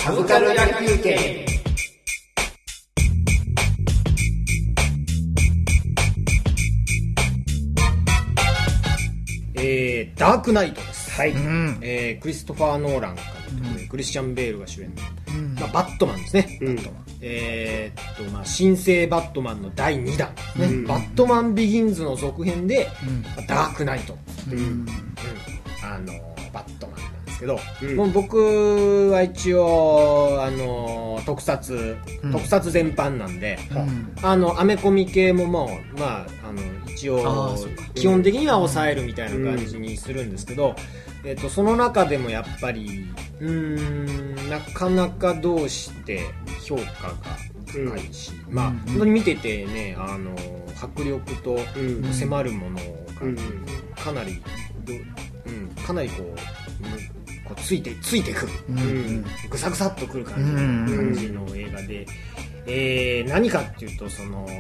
サブカル野球券。ダークナイトです。はい。クリストファー・ノーラン監督、クリスチャン・ベールが主演の、バットマンですね。バットマン。新生バットマンの第2弾ですね。バットマン・ビギンズの続編で、ダークナイト。バットマンなんですけど、もう僕は一応特撮全般なんで、アメコミ系ももう一応基本的には抑えるみたいな感じにするんですけど、その中でもやっぱりなかなかどうして評価が高いし、本当に見ててね、迫力と迫るものがかなりこうついてくる、ぐさぐさっとくる感じの映画で、何かっていうと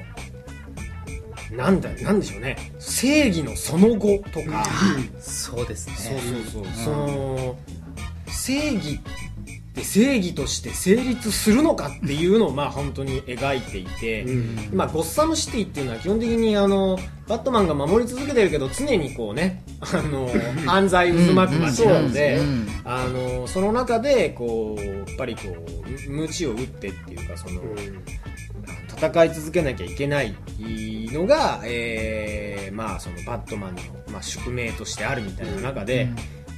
なんでしょうね、正義のその後とか、 そうですね。 そう正義って正義として成立するのかっていうのを本当に描いていて、ゴッサムシティっていうのは基本的にバットマンが守り続けてるけど常にこうね犯罪渦巻く街なので、その中でこうやっぱりこう鞭を打ってっていうか戦い続けなきゃいけないのが、そのバットマンの、宿命としてあるみたいな中で、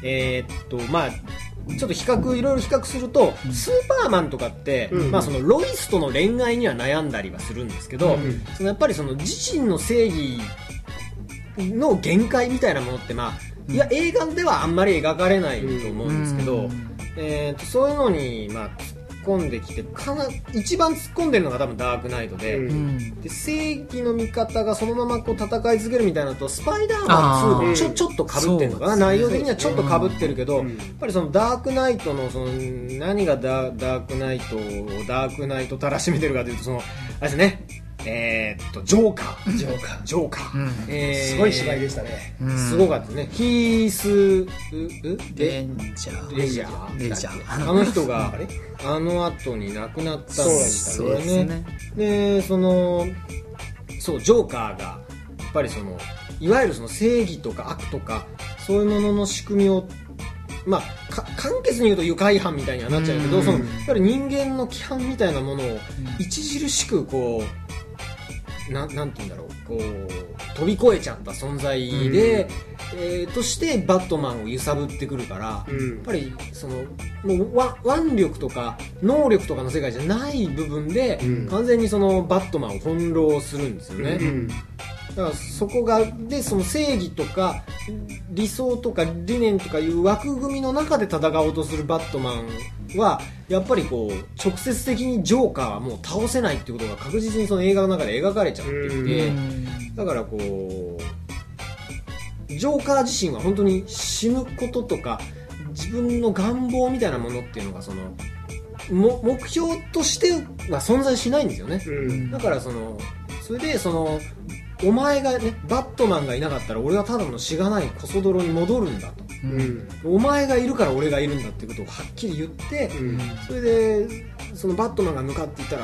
ちょっといろいろ比較すると、スーパーマンとかって、そのロイスとの恋愛には悩んだりはするんですけど、やっぱりその自身の正義の限界みたいなものっていや映画ではあんまり描かれないと思うんですけど、そういうのに突っ込んできて一番突っ込んでるのが多分ダークナイトで、正義の味方がそのままこう戦い続けるみたいなのとスパイダーマン2もちょっと被ってるのかな、内容的にはちょっと被ってるけど、やっぱりそのダークナイトの何がダークナイトをダークナイトたらしめてるかというとあれですね、ジョーカー、 すごい芝居でしたね。 すごかったね。ヒースレジャーあの人があの後に亡くなったんでしたよね。でジョーカーがやっぱりいわゆる正義とか悪とかそういうものの仕組みを簡潔に言うと愉快犯みたいにはなっちゃうけど、やっぱり人間の規範みたいなものを著しくこうなんて言うんだろう、こう飛び越えちゃった存在で、としてバットマンを揺さぶってくるから、やっぱりもう腕力とか能力とかの世界じゃない部分で、完全にバットマンを翻弄するんですよね。だからそこがで正義とか理想とか理念とかいう枠組みの中で戦おうとするバットマンはやっぱりこう直接的にジョーカーはもう倒せないっていうことが確実に映画の中で描かれちゃっていて、だからこうジョーカー自身は本当に死ぬこととか自分の願望みたいなものっていうのが目標としては存在しないんですよね。だからそれでお前がね、バットマンがいなかったら俺はただのしがないコソ泥に戻るんだと、お前がいるから俺がいるんだっていうことをはっきり言って、それでバットマンが向かっていったら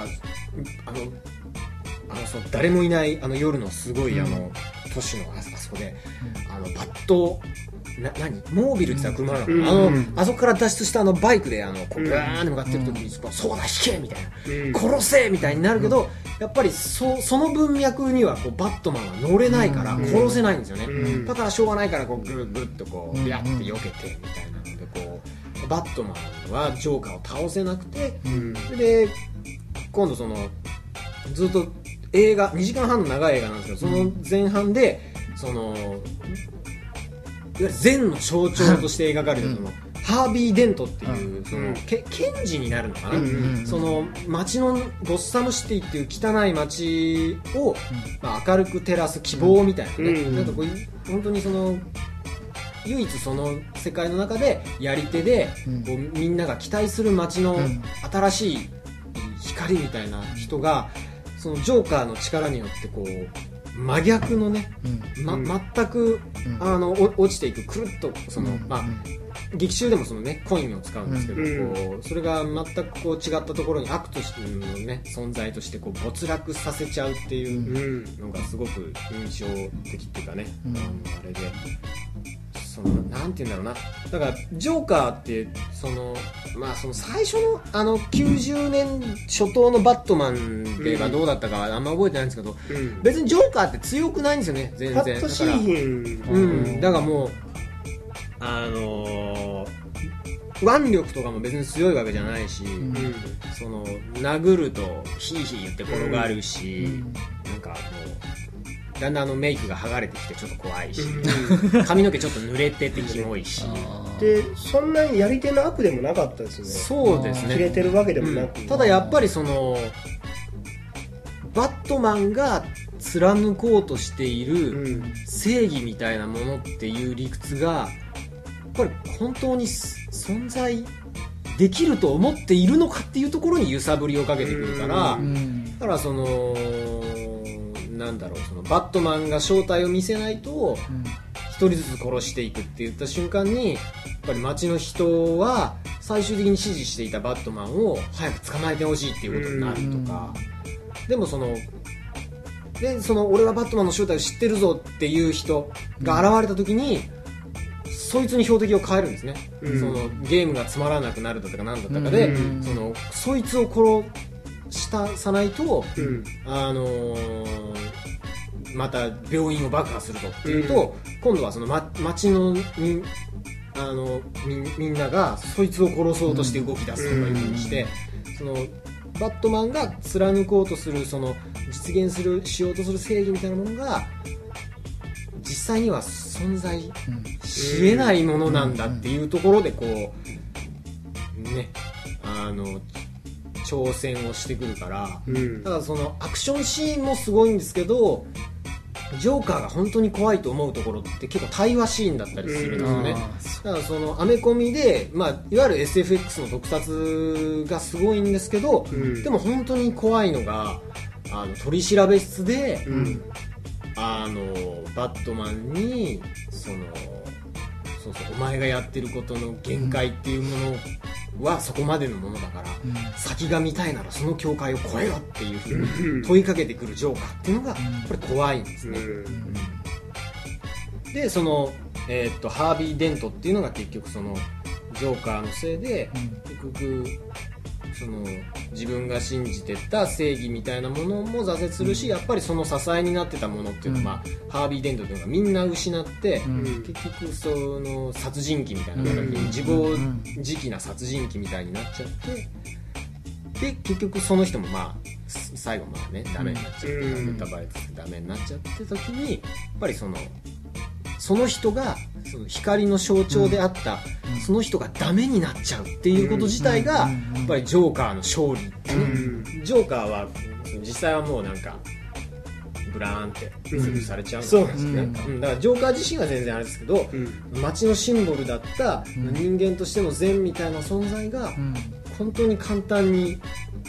誰もいない夜のすごい都市のあそこでバットモービルって言ったら車なのかな、あそこから脱出したバイクでこうブーンって向かってる時にそうだ引けみたいな、殺せみたいになるけど、やっぱりその文脈にはこうバットマンは乗れないから殺せないんですよね。だからしょうがないからこうグッとこうビャッて避けてみたいなのでこうバットマンはジョーカーを倒せなくて、で今度ずっと映画2時間半の長い映画なんですけど、その前半でいわゆる善の象徴として描かれるハービー・デントっていう検事になるのかな、街のゴッサムシティっていう汚い街を明るく照らす希望みたいなね、なんかこう本当に唯一その世界の中でやり手でこうみんなが期待する街の新しい光みたいな人がジョーカーの力によってこう真逆のね、全く、落ちていくくるっとその、劇中でもそのねコインを使うんですけど、こうそれが全くこう違ったところに悪としてのね存在としてこう没落させちゃうっていうのがすごく印象的っていうかね、あれでそのなんていうんだろうな、だからジョーカーってそのその最初の90年初頭のバットマンではどうだったかはあんま覚えてないんですけど、別にジョーカーって強くないんですよね全然。 パッとシーンだからもう腕力とかも別に強いわけじゃないし、その殴るとヒーヒー言って転がるし、なんかもうだんだんメイクが剥がれてきてちょっと怖いし、髪の毛ちょっと濡れててキモいしで、そんなにやり手の悪でもなかったですね。 そうですね、 切れてるわけでもなく、 ただやっぱりそのバットマンが貫こうとしている正義みたいなものっていう理屈がやっぱり本当に存在できると思っているのかっていうところに揺さぶりをかけてくるから、だからそのなんだろう、そのバットマンが正体を見せないと一人ずつ殺していくって言った瞬間にやっぱり街の人は最終的に支持していたバットマンを早く捕まえてほしいっていうことになるとか、でもその俺はバットマンの正体を知ってるぞっていう人が現れた時に、そいつに標的を変えるんですね、そのゲームがつまらなくなるだとか何だったかで、そいつを殺さないと、また病院を爆破するとっていうと、今度はその、街のみんながそいつを殺そうとして動き出すとかいう風にして、そのバットマンが貫こうとするその実現しようとする正義みたいなものが実際には存在しえないものなんだっていうところでこうね挑戦をしてくるから、だからそのアクションシーンもすごいんですけど、ジョーカーが本当に怖いと思うところって結構対話シーンだったりするんですよね。だからそのアメコミで、いわゆる SFX の特撮がすごいんですけど、でも本当に怖いのが取り調べ室で、バットマンにそうお前がやってることの限界っていうものはそこまでのものだから、先が見たいならその境界を越えろっていうふうに問いかけてくるジョーカーっていうのがこれ怖いんですね。でその、ハービー・デントっていうのが結局そのジョーカーのせいで結局その自分が信じてた正義みたいなものも挫折するし、やっぱりその支えになってたものっていうのは、ハービー・デントっていうのがみんな失って、結局その殺人鬼みたいな形に自暴自棄な殺人鬼みたいになっちゃって、で結局その人も最後ダメになっちゃって、ネタバレつつダメになっちゃって時にやっぱりその人がその光の象徴であった、その人がダメになっちゃうっていうこと自体がやっぱりジョーカーの勝利っていう、ジョーカーは実際はもうなんかブラーンってスルーされちゃうんですね、だからジョーカー自身は全然あれですけど、街のシンボルだった人間としての善みたいな存在が本当に簡単に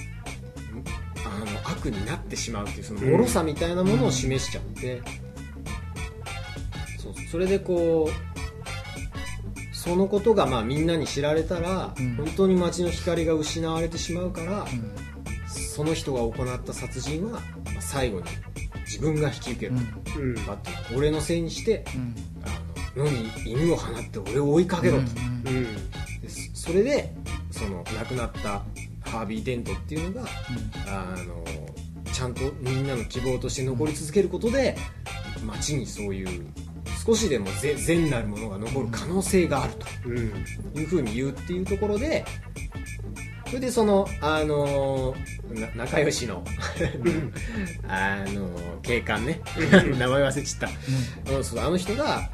悪になってしまうっていうその脆さみたいなものを示しちゃって、それでこうそのことがみんなに知られたら、本当に街の光が失われてしまうから、その人が行った殺人は最後に自分が引き受ける、俺のせいにして、野に犬を放って俺を追いかけろと、それでその亡くなったハービー・デントっていうのが、ちゃんとみんなの希望として残り続けることで、街にそういう少しでも善なるものが残る可能性があるというふうに言うっていうところで、それでその仲良しの警官ね名前忘れちゃった、あの人が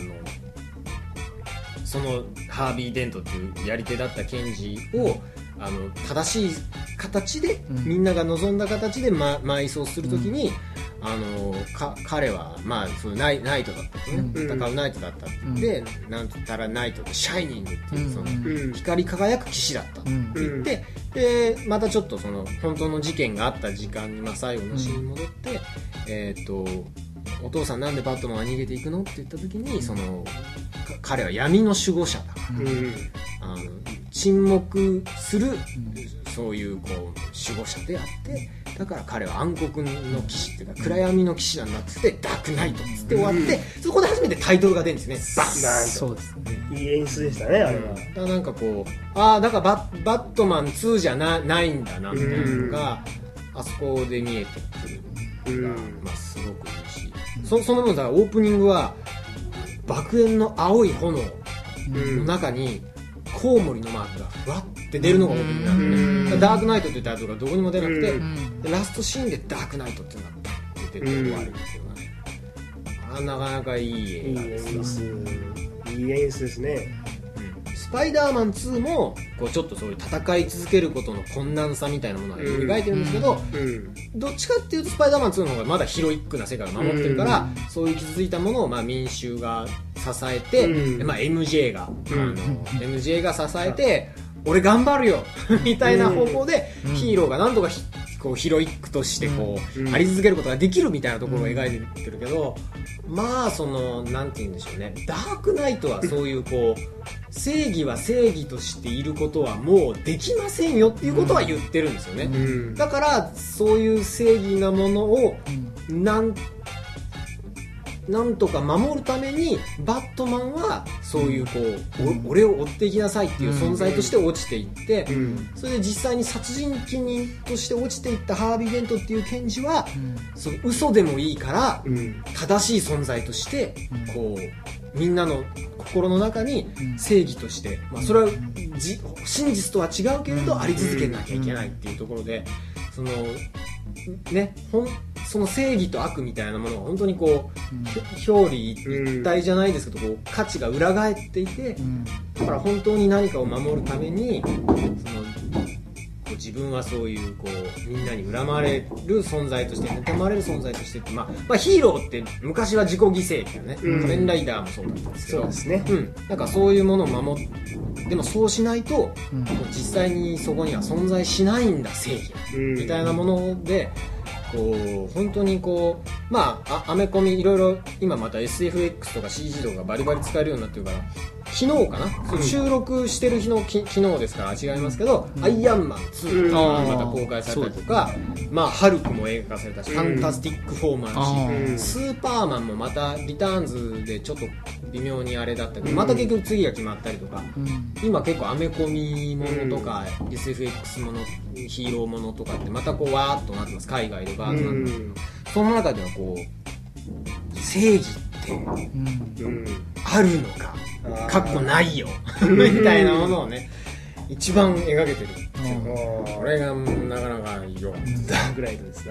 そのハービー・デントっていうやり手だった検事を正しい形で、みんなが望んだ形で埋葬するときに、 彼はまあそのナイトだったんですね、戦うナイトだったってで、なんつったらナイトでシャイニングっていうその光り輝く騎士だったって言って、でまたちょっとその本当の事件があった時間に、まあ、最後のシーンに戻って、お父さんなんでバットマンは逃げていくのって言った時に、その彼は闇の守護者だから、沈黙する、そういうこう守護者であって、だから彼は暗黒の騎士っていうか暗闇の騎士なんだっつってダークナイトっつって終わって、そこで初めてタイトルが出るんですね。バン！ そうですね。 いい演出でしたね、あれは。 だからなんかこう、だからバットマン2じゃないんだなみたいなのが、あそこで見えてくるのが、まあすごくいいし、その分だからオープニングは爆炎の青い炎の中にコウモリのマークがふわって出るのがオープニングなんでね、ダークナイトっていうタイトルがどこにも出なくて、でラストシーンでダークナイトっていうのがバッて出て終わるっていうのはね、なかなかいい映画ですよ。 いい演出ですね。 スパイダーマン2もこうちょっとそういう戦い続けることの困難さみたいなものを描いてるんですけど、どっちかっていうとスパイダーマン2の方がまだヒロイックな世界を守ってるから、そういう傷ついたものをまあ民衆が支えて、まあ、MJ が、MJ が支えて、俺頑張るよみたいな方向で、ヒーローが何とかこうヒロイックとしてこう、あり続けることができるみたいなところを描いてるけど、まあそのなんて言うんでしょうね、ダークナイトはそういうこう正義は正義としていることはもうできませんよっていうことは言ってるんですよね、だからそういう正義なものをなんとか守るためにバットマンはそういうこう、俺を追っていきなさいっていう存在として落ちていって、それで実際に殺人鬼人として落ちていったハービー・デントっていう検事は、その嘘でもいいから正しい存在としてこうみんなの心の中に正義として、まあ、それは真実とは違うけれどあり続けなきゃいけないっていうところで、そのね、その正義と悪みたいなものが本当にこう表裏一体じゃないですけど、こう価値が裏返っていて、だから本当に何かを守るためにこう自分はそういうこうみんなに恨まれる存在として妬まれる存在としてって、まあヒーローって昔は自己犠牲っていうね、仮面ライダーもそうだったんですけど、 そうですね、 なんかそういうものを守って、でもそうしないと、実際にそこには存在しないんだ正義みたいなもので、こう本当にこうまあアメコミいろいろ今また SFX とか CG とかバリバリ使えるようになってるから、昨日かな、収録してる日の昨日ですから違いますけど、アイアンマン2がまた公開されたりとか、まあハルクも映画化されたし、ファンタスティック4もあるし、スーパーマンもまたリターンズでちょっと微妙にあれだったけど、また結局次が決まったりとか、今結構アメコミものとか SFX ものヒーローものとかってまたこうわーっとなってます、海外でバーッとなってます。その中ではこう正義ってあるのかかっこないよみたいなものをね一番描けてる。これがなかなか良かった。 ダークライトですな、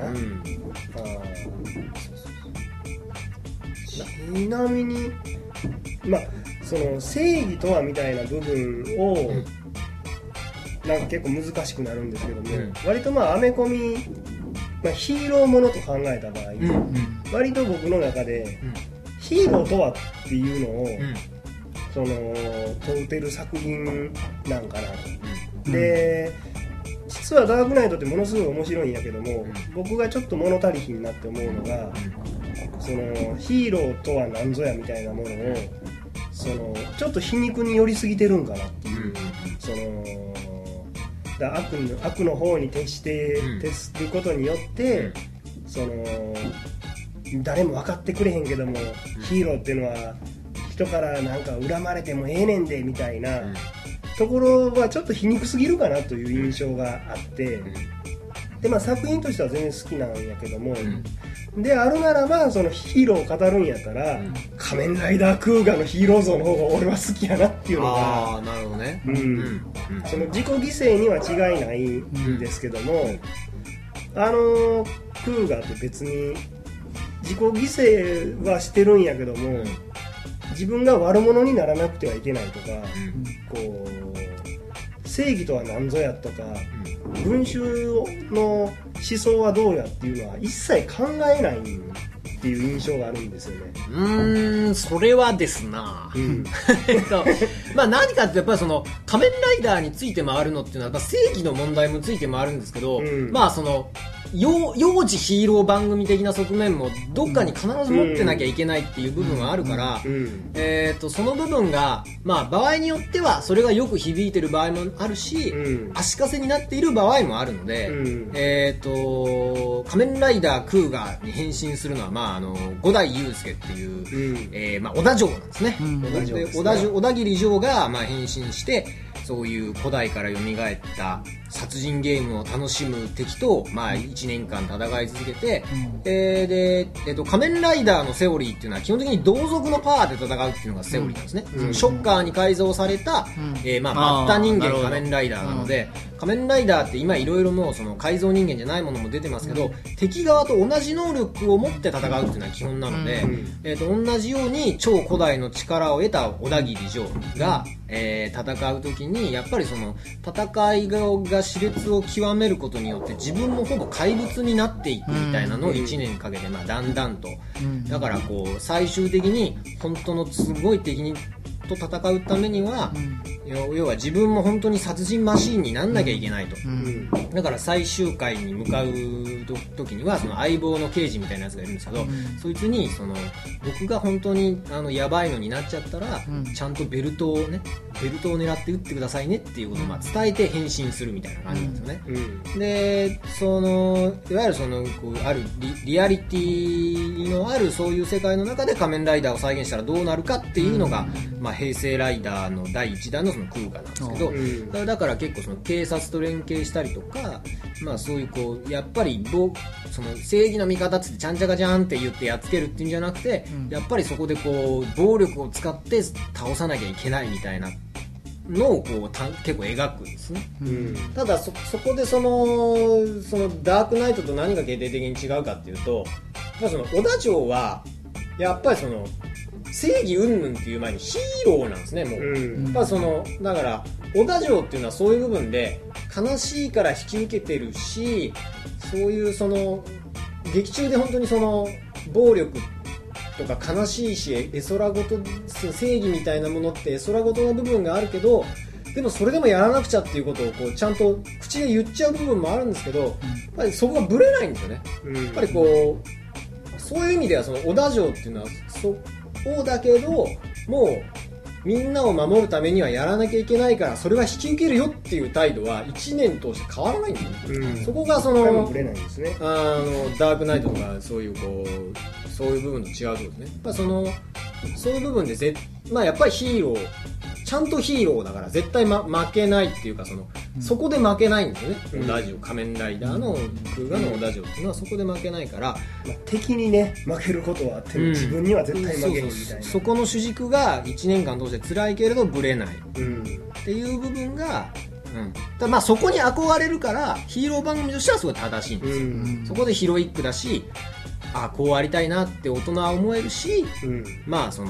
ちなみにまあその正義とはみたいな部分を、なんか結構難しくなるんですけども、割とまあアメコミ、まあ、ヒーローものと考えた場合、割と僕の中で、ヒーローとはっていうのを、その問うてる作品なんかなと、で実はダークナイトってものすごい面白いんやけども、僕がちょっと物足りひんなって思うのが、そのヒーローとは何ぞやみたいなものをそのちょっと皮肉に寄りすぎてるんかなっていう、その悪の方に徹することによって、その誰も分かってくれへんけども、ヒーローっていうのは人からなんか恨まれてもええねんでみたいなところはちょっと皮肉すぎるかなという印象があって、でまあ作品としては全然好きなんやけども、であるならばそのヒーローを語るんやったら、仮面ライダークーガのヒーロー像の方が俺は好きやなっていうのが、 なるほどね、 その自己犠牲には違いないんですけども、クーガって別に自己犠牲はしてるんやけども、自分が悪者にならなくてはいけないとか、こう正義とは何ぞやとか、 群衆の思想はどうやっていうのは一切考えないっていう印象があるんですよね。 それはですな、まあ何かってやっぱりその仮面ライダーについて回るのっていうのはやっぱ正義の問題もついて回るんですけど、まあその幼児ヒーロー番組的な側面もどっかに必ず持ってなきゃいけないっていう部分があるから、その部分が、まあ、場合によってはそれがよく響いてる場合もあるし、足かせになっている場合もあるので、仮面ライダークーガに変身するのは、まあ、五代祐介っていう、まあ、織田城なんですね。小田切城が、まあ、変身してそういう古代から蘇った殺人ゲームを楽しむ敵と、まあ、1年間戦い続けて、で、仮面ライダーのセオリーっていうのは基本的に同族のパワーで戦うっていうのがセオリーなんですね。ショッカーに改造された、まあ、バッタ人間仮面ライダーなので、仮面ライダーって今いろいろもうその改造人間じゃないものも出てますけど、敵側と同じ能力を持って戦うっていうのは基本なので、同じように超古代の力を得た小田切城が、戦う時にやっぱりその戦いが熾烈を極めることによって自分もほぼ怪物になっていくみたいなのを1年かけて、まあ、だんだんと、だからこう最終的に本当のすごい敵と戦うためには、要は自分も本当に殺人マシーンになんなきゃいけないと、だから最終回に向かう時にはその相棒の刑事みたいなやつがいるんですけど、そいつにその僕が本当にやばいのになっちゃったら、ちゃんとベルトを狙って撃ってくださいねっていうことをまあ伝えて変身するみたいな感じなんですよね。でそのいわゆるそのこうあるリアリティのあるそういう世界の中で仮面ライダーを再現したらどうなるかっていうのが、まあ、平成ライダーの第1弾のそのクーガなんですけど、だから結構その警察と連携したりとか、まあ、そういうこうやっぱりその正義の味方っつってちゃんちゃかじゃんって言ってやっつけるっていうんじゃなくて、やっぱりそこでこう暴力を使って倒さなきゃいけないみたいなのをこう結構描くんですね。ただそこでそのダークナイトと何が決定的に違うかっていうと、その織田城はやっぱりその正義云々っていう前にヒーローなんですね。もう、やっぱそのだから織田城っていうのはそういう部分で悲しいから引き受けてるし、そういうその劇中で本当にその暴力とか悲しいし絵空事、正義みたいなものって絵空事の部分があるけど、でもそれでもやらなくちゃっていうことをこうちゃんと口で言っちゃう部分もあるんですけど、やっぱりそこがブレないんですよね。やっぱりこうそういう意味ではその織田城っていうのはそうだけど、もうみんなを守るためにはやらなきゃいけないからそれは引き受けるよっていう態度は1年通して変わらないんですよね。そこがそのブレないんですね。 ダークナイトとかそういうこうそういう部分と違うとですね。やっぱそういう部分でまあやっぱりヒーローちゃんとヒーローだから絶対、負けないっていうかそこで負けないんですよね。織田城仮面ライダーのクーガの織田城っていうのはそこで負けないから、 敵にね負けることはあっても自分には絶対負けへんみたいな、 そこの主軸が1年間通して辛いけれどブレないっていう部分が、まあそこに憧れるからヒーロー番組としてはすごい正しいんですよ。そこでヒロイックだし、こうありたいなって大人は思えるし、まあその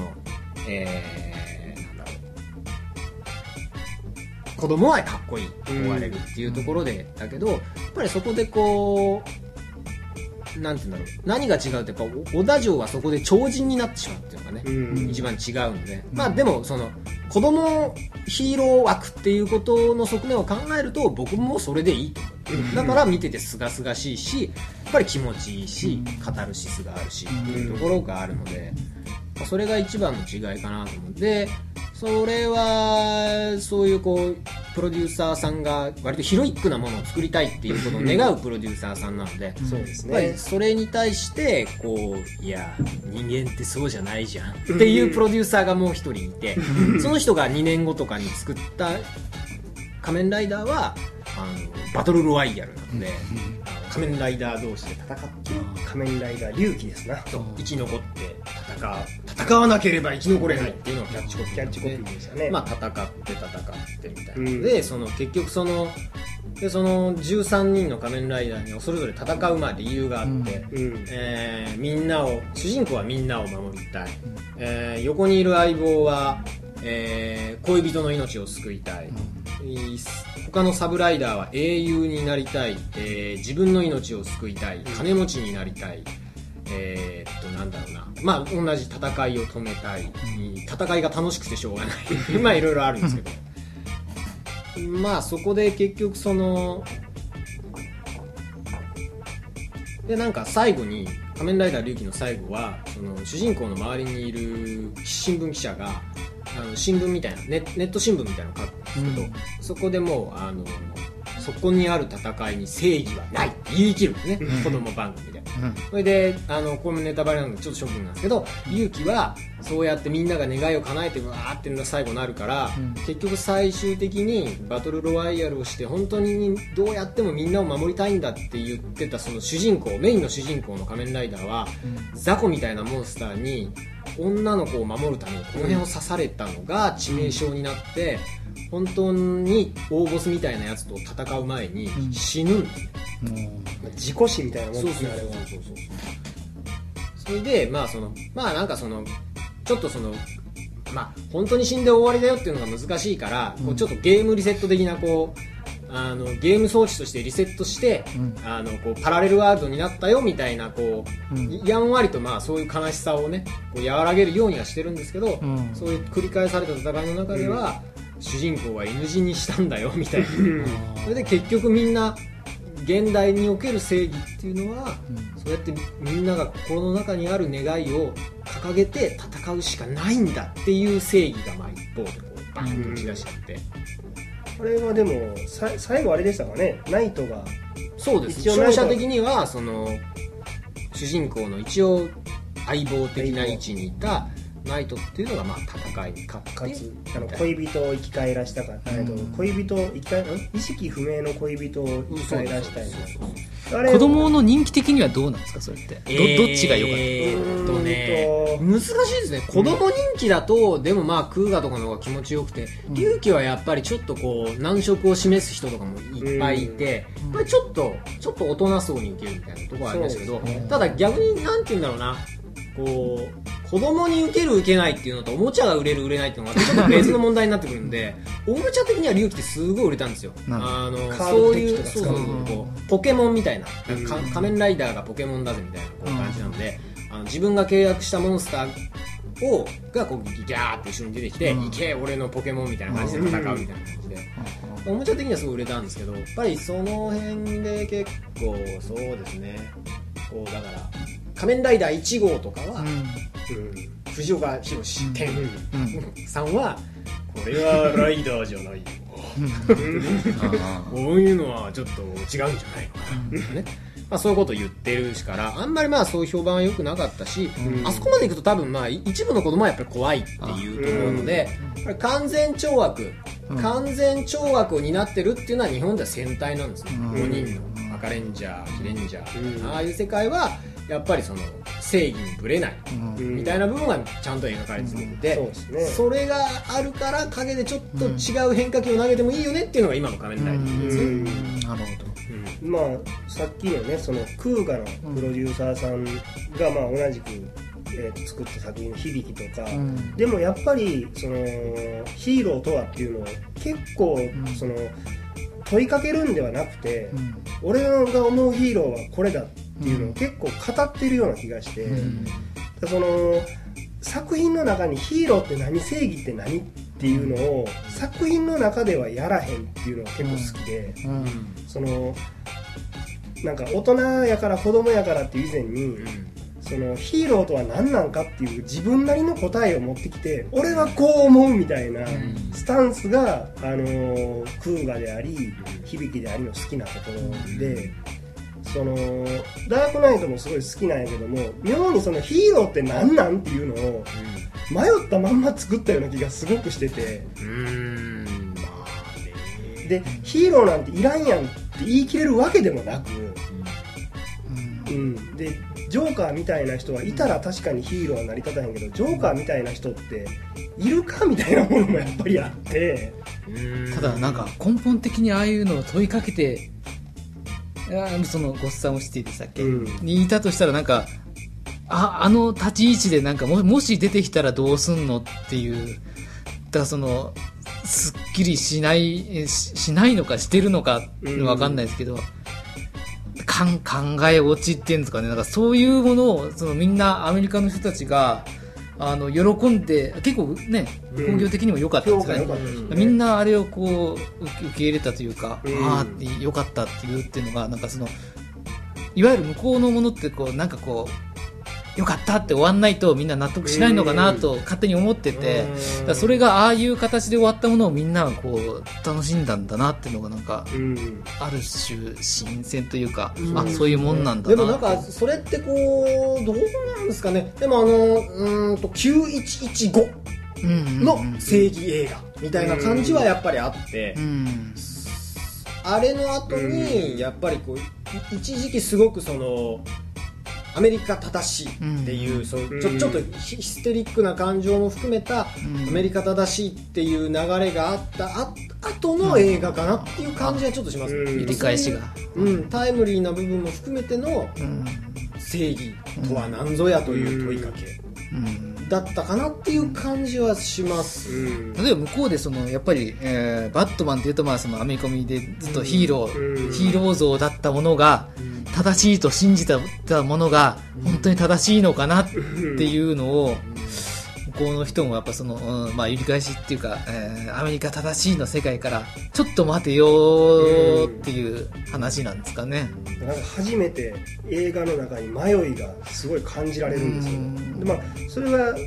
子供はかっこいいと思われるっていうところで、だけどやっぱりそこでこうなんていうんだろう、何が違うってやっぱ織田城はそこで超人になってしまうっていうのがね、一番違うので、まあでもその子供ヒーロー枠っていうことの側面を考えると僕もそれでいいと思う。だから見ててすがすがしいし、やっぱり気持ちいいし、カタルシスがあるしっていうところがあるので、それが一番の違いかなと思う。でそれはそういうこうプロデューサーさんが割とヒロイックなものを作りたいっていうことを願うプロデューサーさんなので、 そうですね、 やっぱりそれに対してこういや人間ってそうじゃないじゃんっていうプロデューサーがもう一人いて、その人が2年後とかに作った仮面ライダーはバトルロワイヤルなので、仮面ライダー同士で戦って仮面ライダー龍騎ですな、 生き残って戦わなければ生き残れないっていうのがキャッチコピーでしたね。 まあ戦ってみたいなので、結局その13人の仮面ライダーにはそれぞれ戦う理由があって、みんなを主人公はみんなを守りたい、横にいる相棒は、恋人の命を救いたい、 他のサブライダーは英雄になりたい、自分の命を救いたい、金持ちになりたい、なんだろうな、まあ同じ戦いを止めたい、戦いが楽しくてしょうがないまあいろいろあるんですけどまあそこで結局そのでなんか最後に仮面ライダー龍騎の最後はその主人公の周りにいる新聞記者が新聞みたいなネット新聞みたいなのを書くんですけど、そこでもうそこにある戦いに正義はないって言い切るんですね、子供番組で、それでこれもネタバレなのでちょっとショッキングなんですけど、龍騎はそうやってみんなが願いを叶えてわーっていうのが最後になるから、結局最終的にバトルロワイヤルをして本当にどうやってもみんなを守りたいんだって言ってたその主人公、メインの主人公の仮面ライダーは、雑魚みたいなモンスターに女の子を守るためにこの辺を刺されたのが致命傷になって、本当に大ボスみたいなやつと戦う前に死ぬんですね、 自己死みたいなもんですね。 それでまあなんかそのちょっとそのまあ本当に死んで終わりだよっていうのが難しいから、こうちょっとゲームリセット的なこうゲーム装置としてリセットして、こうパラレルワールドになったよみたいなこう、やんわりとまあそういう悲しさをねこう和らげるようにはしてるんですけど、そういう繰り返された戦いの中では、主人公は犬死にしたんだよみたいなそれで結局みんな現代における正義っていうのは、そうやってみんなが心の中にある願いを掲げて戦うしかないんだっていう正義がまあ一方でこうバーンと打ち出しちゃって、 これはでも最後あれでしたかね、ナイトが。 そうです、勝者的にはその主人公の一応相棒的な位置にいたナイトっていうのがまあ戦いに勝って恋人を生き返らしたかった、恋人を意識不明の恋人を生き返らしたい、 子供の人気的にはどうなんですかそれって、どっちが良かったね、難しいですね。子供人気だと、でもまあクーガとかの方が気持ちよくて、龍騎はやっぱりちょっとこう難色を示す人とかもいっぱいいて、やっぱりちょっと大人層に受けるみたいなところはありますけど、ただ逆になんて言うんだろうな、こう子供に受ける受けないっていうのとおもちゃが売れる売れないっていうのがちょっと別の問題になってくるんでおもちゃ的には龍騎ってすごい売れたんですよ。そういうこうポケモンみたいな、仮面ライダーがポケモンだぜみたいなこう感じなので、自分が契約したモンスターがこうギャーって後ろに出てきて、行け俺のポケモンみたいな感じで戦うみたいな感じで、おもちゃ的にはすごい売れたんですけど、やっぱりその辺で結構そうですね、こうだから仮面ライダー1号とかは、藤岡弘天さんはこれはライダーじゃないよこういうのはちょっと違うんじゃないのかなとかね、まあ、そういうことを言ってるしからあんまりまあそういう評判は良くなかったし、あそこまでいくと多分まあ一部の子供はやっぱり怖いっていうと思うので、完全懲悪を担ってるっていうのは日本では戦隊なんですね。5人の赤レンジャー、キレンジャー、ああいう世界はやっぱりその正義にぶれないみたいな部分がちゃんと描かれていて、それがあるから陰でちょっと違う変化球を投げてもいいよねっていうのが今の仮面ライダーですね。 なるほど。 まあさっきのねそのクーガのプロデューサーさんがまあ同じく作った作品の響きとか、でもやっぱりそのヒーローとはっていうのを結構その問いかけるんではなくて、俺が思うヒーローはこれだっていうのを結構語ってるような気がして、その作品の中にヒーローって何、正義って何っていうのを作品の中ではやらへんっていうのが結構好きで、そのなんか大人やから子供やからっていう以前に、そのヒーローとは何なんかっていう自分なりの答えを持ってきて、俺はこう思うみたいなスタンスが、クーガであり響でありの好きなところで、そのダークナイトもすごい好きなんやけども、妙にそのヒーローって何なんっていうのを迷ったまんま作ったような気がすごくしてて、でヒーローなんていらんやんって言い切れるわけでもなく、でジョーカーみたいな人はいたら確かにヒーローは成り立たへんけど、ジョーカーみたいな人っているかみたいなものもやっぱりあって、 ただなんか根本的にああいうのを問いかけて、そのゴッサムシティでしたっけ、にいたとしたらなんかあの立ち位置でなんかもし出てきたらどうすんのっていう、だからそのすっきりしないのかしてるのかわかんないですけど、考え落ちっていうんですかね、なんかそういうものをみんなアメリカの人たちが喜んで、結構ね興行的にも良かったんですよね、みんなあれをこう受け入れたというか、ああ良かったっていうっていうのがなんかいわゆる向こうのものってこうなんかこうよかったって終わんないとみんな納得しないのかなと勝手に思ってて、だからそれがああいう形で終わったものをみんながこう楽しんだんだなっていうのがなんかある種新鮮というか、あ、そういうもんなんだな。 でもなんかそれってこうどうなんですかね。でも9115の正義映画みたいな感じはやっぱりあって、あれの後にやっぱりこう一時期すごくアメリカ正しいっていう、ちょっとヒステリックな感情も含めたアメリカ正しいっていう流れがあった後の映画かなっていう感じはちょっとしますね。 理解しが、 タイムリーな部分も含めての正義とは何ぞやという問いかけだったかなっていう感じはします。 例えば向こうでやっぱり、バットマンっていうとアメコミでずっとヒーロー像だったものが正しいと信じたものが本当に正しいのかなっていうのを向こうの人もやっぱ揺り返しっていうか、アメリカ正しいの世界からちょっと待てよっていう話なんですかね。 なんか初めて映画の中に迷いがすごい感じられるんですよ。で、それは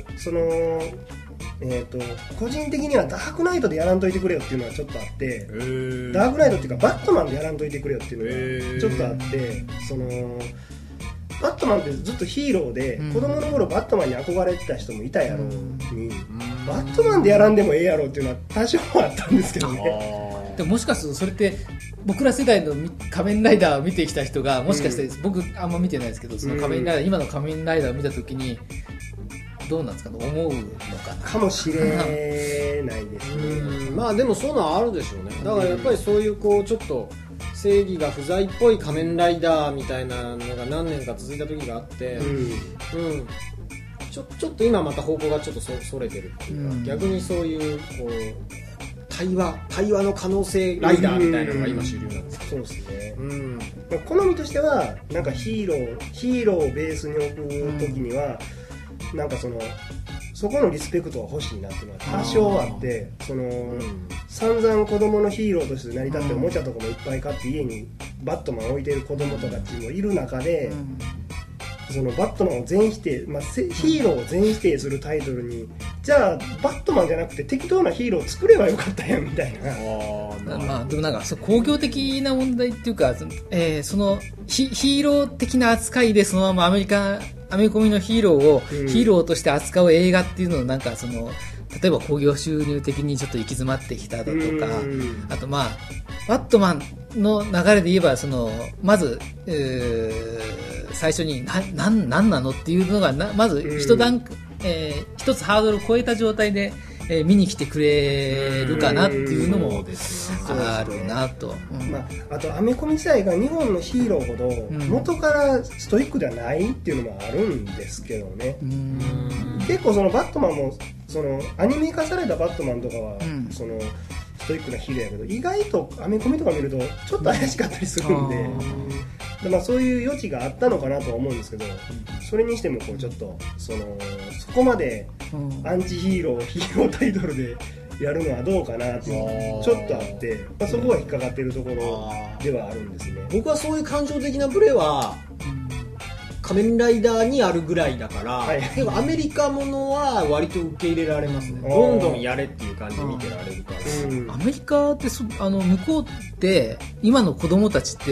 個人的にはダークナイトでやらんといてくれよっていうのはちょっとあって、ダークナイトっていうかバットマンでやらんといてくれよっていうのがちょっとあって、バットマンってずっとヒーローで、子供の頃バットマンに憧れてた人もいたやろうに、バットマンでやらんでもええやろうっていうのは多少はあったんですけどね。 でももしかするとそれって僕ら世代の仮面ライダーを見てきた人がもしかして、僕あんま見てないですけど、その仮面ライダー、今の仮面ライダーを見た時にどうなんですかね、思うのかな。 かもしれないですね。 でもそういうのはあるでしょうね。だからやっぱりそういうちょっと正義が不在っぽい仮面ライダーみたいなのが何年か続いた時があって、ちょっと今また方向がちょっとそれてるっていうか、逆にそういう対話の可能性ライダーみたいなのが今主流なんですけど。 そうですね。好みとしてはなんかヒーローをベースに置く時には、なんかそこのリスペクトが欲しいなっていうのは多少あって、散々子供のヒーローとして成り立っておもちゃとかもいっぱい買って家にバットマン置いてる子供とかっていうのもいる中で、バットマンを全否定、ヒーローを全否定するタイトルに、じゃあバットマンじゃなくて適当なヒーローを作ればよかったやんみたいな。 でもなんか工業的な問題っていうか、ヒーロー的な扱いでそのままアメコミのヒーローをヒーローとして扱う映画っていうのをなんか例えば興行収入的にちょっと行き詰まってきただとか、あとバットマンの流れで言えばまず最初に何なのっていうのがまず一つハードルを超えた状態で見に来てくれるかなっていうのもあるなと。 あとアメコミ自体が日本のヒーローほど元からストイックではないっていうのもあるんですけどね。結構バットマンもアニメ化されたバットマンとかはストイックなヒーローやけど、意外とアメコミとか見るとちょっと怪しかったりするんで、そういう余地があったのかなとは思うんですけど、それにしてもちょっとそこまでアンチヒーロータイトルでやるのはどうかなっていうちょっとあって、そこが引っかかってるところではあるんですね。 僕はそういう感情的なブレは仮面ライダーにあるぐらいだから、でもアメリカものは割と受け入れられますね。どんどんやれっていう感じで見てられるから。 アメリカって向こうって今の子供たちって、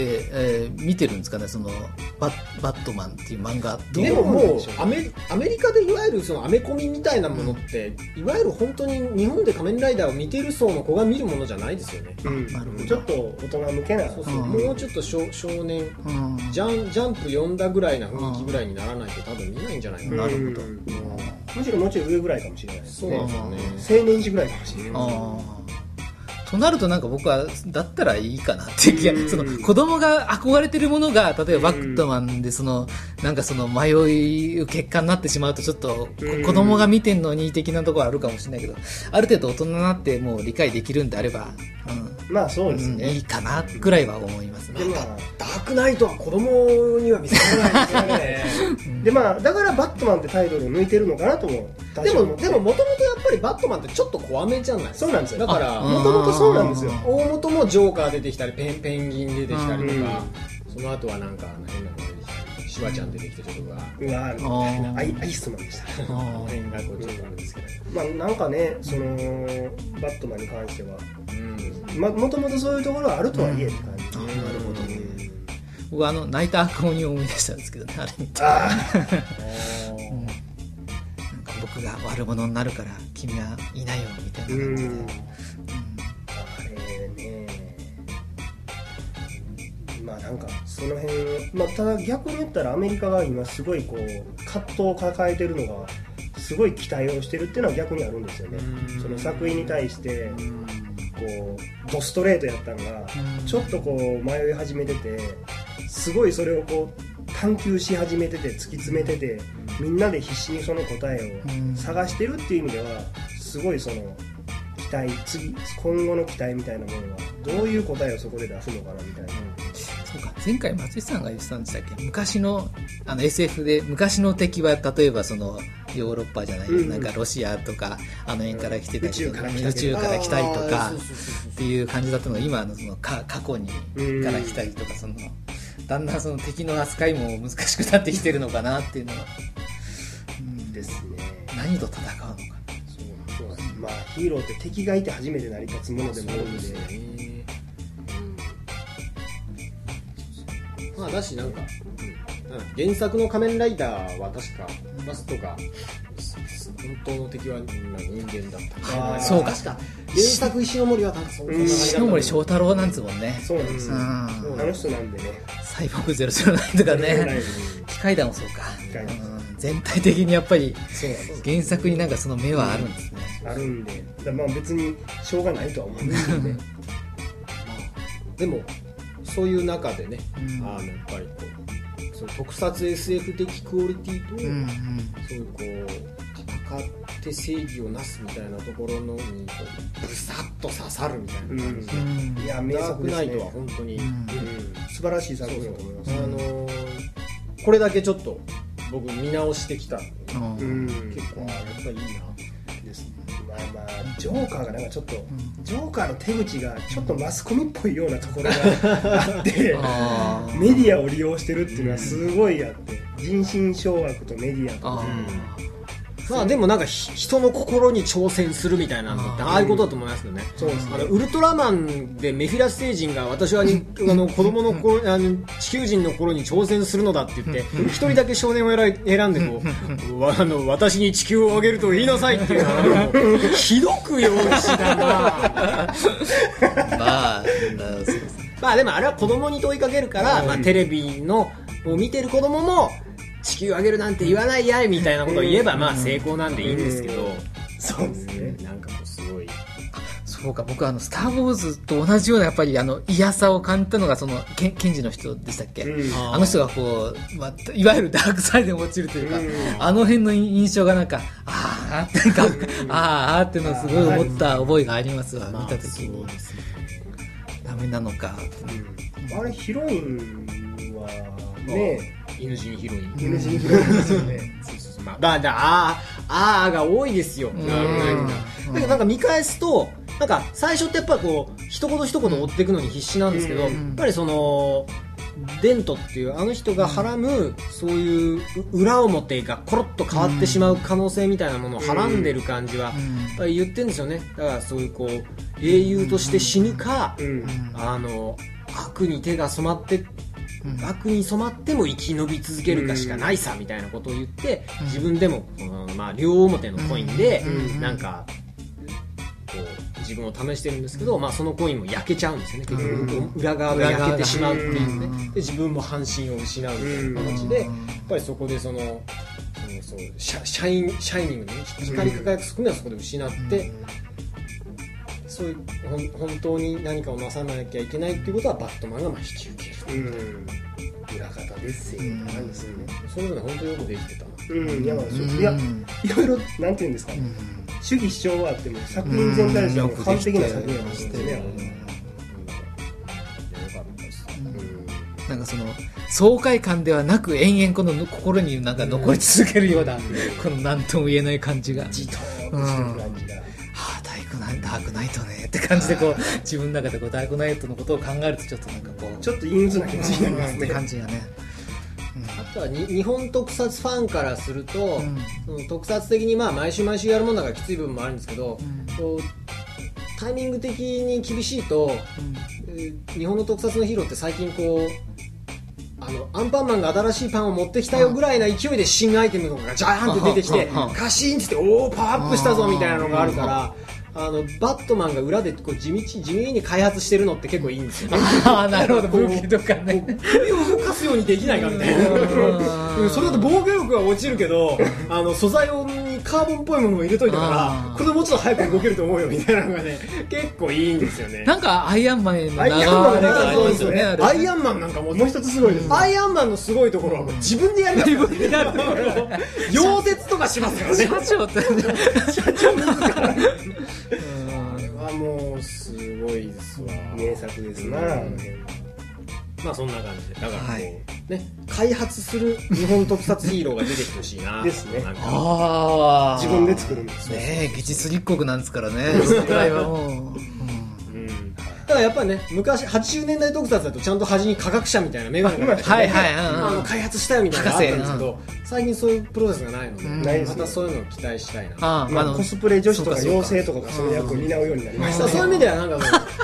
見てるんですかね、バットマンっていう漫画。 でももうアメリカでいわゆるアメコミみたいなものって、いわゆる本当に日本で仮面ライダーを見てる層の子が見るものじゃないですよね。 なるほど。ちょっと大人向けな。 もうちょっと少年、ジャンプ読んだぐらいな雰囲気ぐらいにならないと多分見ないんじゃないかな。 なるほど。 むしろもうちょい上ぐらいかもしれないですね。 そうなんですよね。 青年誌ぐらいかもしれない。 となるとなんか僕はだったらいいかなって気が、その子供が憧れてるものが例えばバットマンでなんか迷う結果になってしまうとちょっと子供が見てんのに的なところあるかもしれないけど、ある程度大人になってもう理解できるんであれば、 まあそうですね、 いいかなぐらいは思いますね。 ダークナイトは子供には見せられないですよね。 でまあだからバットマンってタイトルを抜いてるのかなと思う。 でももともとやっぱりバットマンってちょっと怖めじゃないですか。 そうなんですよ。 だからもともとそうなんですよ。 大元もジョーカー出てきたりペンギン出てきたりとか、その後はなんか変なの出てきたりシュワちゃん出てきてちょっとアイスマンでした。この辺がこうちょっとあるんですけど、 まあなんかねバットマンに関してはもともとそういうところはあるとはいえって感じ。 なるほどね。僕はナイター悪鬼を思い出したんですけどね、あれ見て。僕が悪者になるから君はいないよみたいな感じで、 あれね、まあなんかその辺、まあ、ただ逆に言ったらアメリカが今すごいこう葛藤を抱えてるのがすごい期待をしてるっていうのは逆にあるんですよね。その作品に対してこうドストレートやったのがちょっとこう迷い始めてて、すごいそれをこう探求し始めてて突き詰めてて、みんなで必死にその答えを探してるっていう意味ではすごいその期待、今後の期待みたいなものはどういう答えをそこで出すのかなみたいな。 そうか、前回松井さんが言ってたんでしたっけ、昔のSF で昔の敵は例えばそのヨーロッパじゃない、なんかロシアとかあの辺から来てたりとか、宇宙から来たりとかっていう感じだったのが、今のその過去にから来たりとか、そのだんだんその敵の扱いも難しくなってきてるのかなっていうのは、 ですね。 何と戦うのか。 そうなんです。まあヒーローって敵がいて初めて成り立つものでもあるんで。 まあだしなんか原作の仮面ライダーは確かバストが本当の敵は人間だった。 そうか。 確か原作石ノ森はなんかそんな感じだった。 石ノ森章太郎なんつもんね。 そうなんですよ。あの人なんでね。 サイボーグ009とかね。機械弾もそうか。全体的にやっぱり原作になんかその目はあるんですね。 あるんで、まあ別にしょうがないとは思うんですけどね。 でもそういう中でね、やっぱりこうその特撮 SF 的クオリティと、そういうこう戦って正義をなすみたいなところのにこうブサッと刺さるみたいな感じで、いや名作ですね。ダークナイトは本当に、 素晴らしい作品だと思います。 これだけちょっと僕見直してきた、結構やっぱりいいなですね。まあジョーカーがなんかちょっと、ジョーカーの手口がちょっとマスコミっぽいようなところがあってメディアを利用してるっていうのはすごいあって、人心掌握とメディアと、まあでもなんか人の心に挑戦するみたいなのってああいうことだと思いますよね。そうですね。ウルトラマンでメフィラス星人が私は子供の頃地球人の頃に挑戦するのだって言って一人だけ少年を選んでこう私に地球をあげると言いなさいっていうのはひどく容姿だな。まあでもあれは子供に問いかけるから、まあテレビのを見てる子供も地球あげるなんて言わないやいみたいなことを言えばまあ成功なんでいいんですけど、 そうですね。 なんかこうすごい、 そうか、僕スター・ウォーズと同じようなやっぱり嫌さを感じたのがその検事の人でしたっけ、あの人がこう、いわゆるダークサイドに落ちるというか、あの辺の印象がなんかあーってなんかあーってのをすごい思った覚えがありますわ、見た時に。ダメなのか、 あれヒロインはね、 犬人ヒロインですよね。 あーが多いですよ。だけどなんか見返すとなんか最初ってやっぱりこう一言一言追っていくのに必死なんですけど、やっぱりそのデントっていうあの人がはらむそういう裏表がコロッと変わってしまう可能性みたいなものをはらんでる感じはやっぱり言ってるんですよね。だからそういうこう英雄として死ぬか、悪に手が染まって悪に染まっても生き延び続けるかしかないさみたいなことを言って、自分でもまあ両表のコインでなんかこう自分を試してるんですけど、まあそのコインも焼けちゃうんですよね。結局裏側が焼けてしまうっていうね。で自分も半身を失うみたいな形で、やっぱりそこでそのシャイニングの光り輝く側面はそこで失って、そそういう本当に何かをなさなきゃいけないっていうことはバットマンが引き受ける、 裏方ですよ、なんですよね。 そういうのが本当によくできてたな。 いや、いろいろなんていうんですか、主義主張はあっても作品全体としては完璧な作品なんですよね。 なんかその爽快感ではなく延々この心になんか残り続けるような、この何とも言えない感じが、 じとしてる感じが、 ダークナイトねって感じでこう自分の中でこうダークナイトのことを考えるとちょっとなんかこうちょっと陰鬱な気持ちになりますねって感じがね。 あとは日本特撮ファンからすると、その特撮的に毎週毎週やるものだからきつい部分もあるんですけど、こうタイミング的に厳しいと、日本の特撮のヒーローって最近こうアンパンマンが新しいパンを持ってきたよぐらいな勢いで新アイテムとかがジャーンって出てきてカシーンっておおパワーアップしたぞみたいなのがあるから、バットマンが裏でこう地味に開発してるのって結構いいんですよね。 なるほど、武器とかね、 首を動かすようにできないかみたいな。それだと防御力は落ちるけど素材にカーボンっぽいものを入れといたからこれもうちょっと早く動けると思うよみたいなのがね結構いいんですよね。 なんかアイアンマンへのアイアンマンがそうですよね。アイアンマンなんかもう一つすごいですね。 アイアンマンのすごいところはもう自分でやるから溶接とかしますからね。 社長って社長自らもうすごいですわ。 名作ですな。 そんな感じでだからこう、開発する日本特撮ヒーローが出てきてほしいなですね。 自分で作るんですね。技術立国なんですからね。そのくらいはもう。 だからやっぱりね、昔80年代特撮だとちゃんと端に科学者みたいなメガネが開発したよみたいなのがあったんですけど、最近そういうプロセスがないので、またそういうのを期待したいな。 コスプレ女子とか妖精とかがその役を担うようになりました。 そういう意味ではなんかも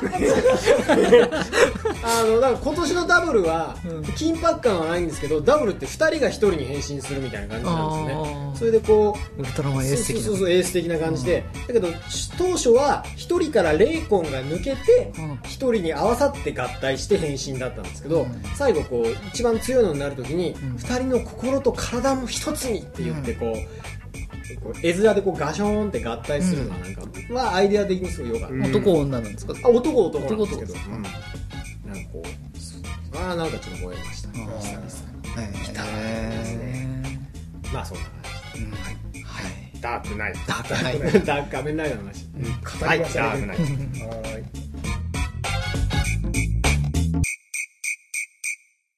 うだから今年のダブルは緊迫感はないんですけど、ダブルって2人が1人に変身するみたいな感じなんですよね。それでこうウルトラマンエース的な、 そうエース的な感じで、だけど当初は1人からレイコンが抜けて1人に合わさって合体して変身だったんですけど、最後こう一番強いのになるときに2人の心と体も一つにって言ってこう絵面でこうガショーンって合体するのはなんかアイデア的にすごい良かった。 男女なんですか？ 男なんですけど、なんかこうなんかちょっと燃えました。久々に来たね。そんな感じ。ダークナイト。ダーク仮面ライダーの話。 語りましたね。 ダークナイト。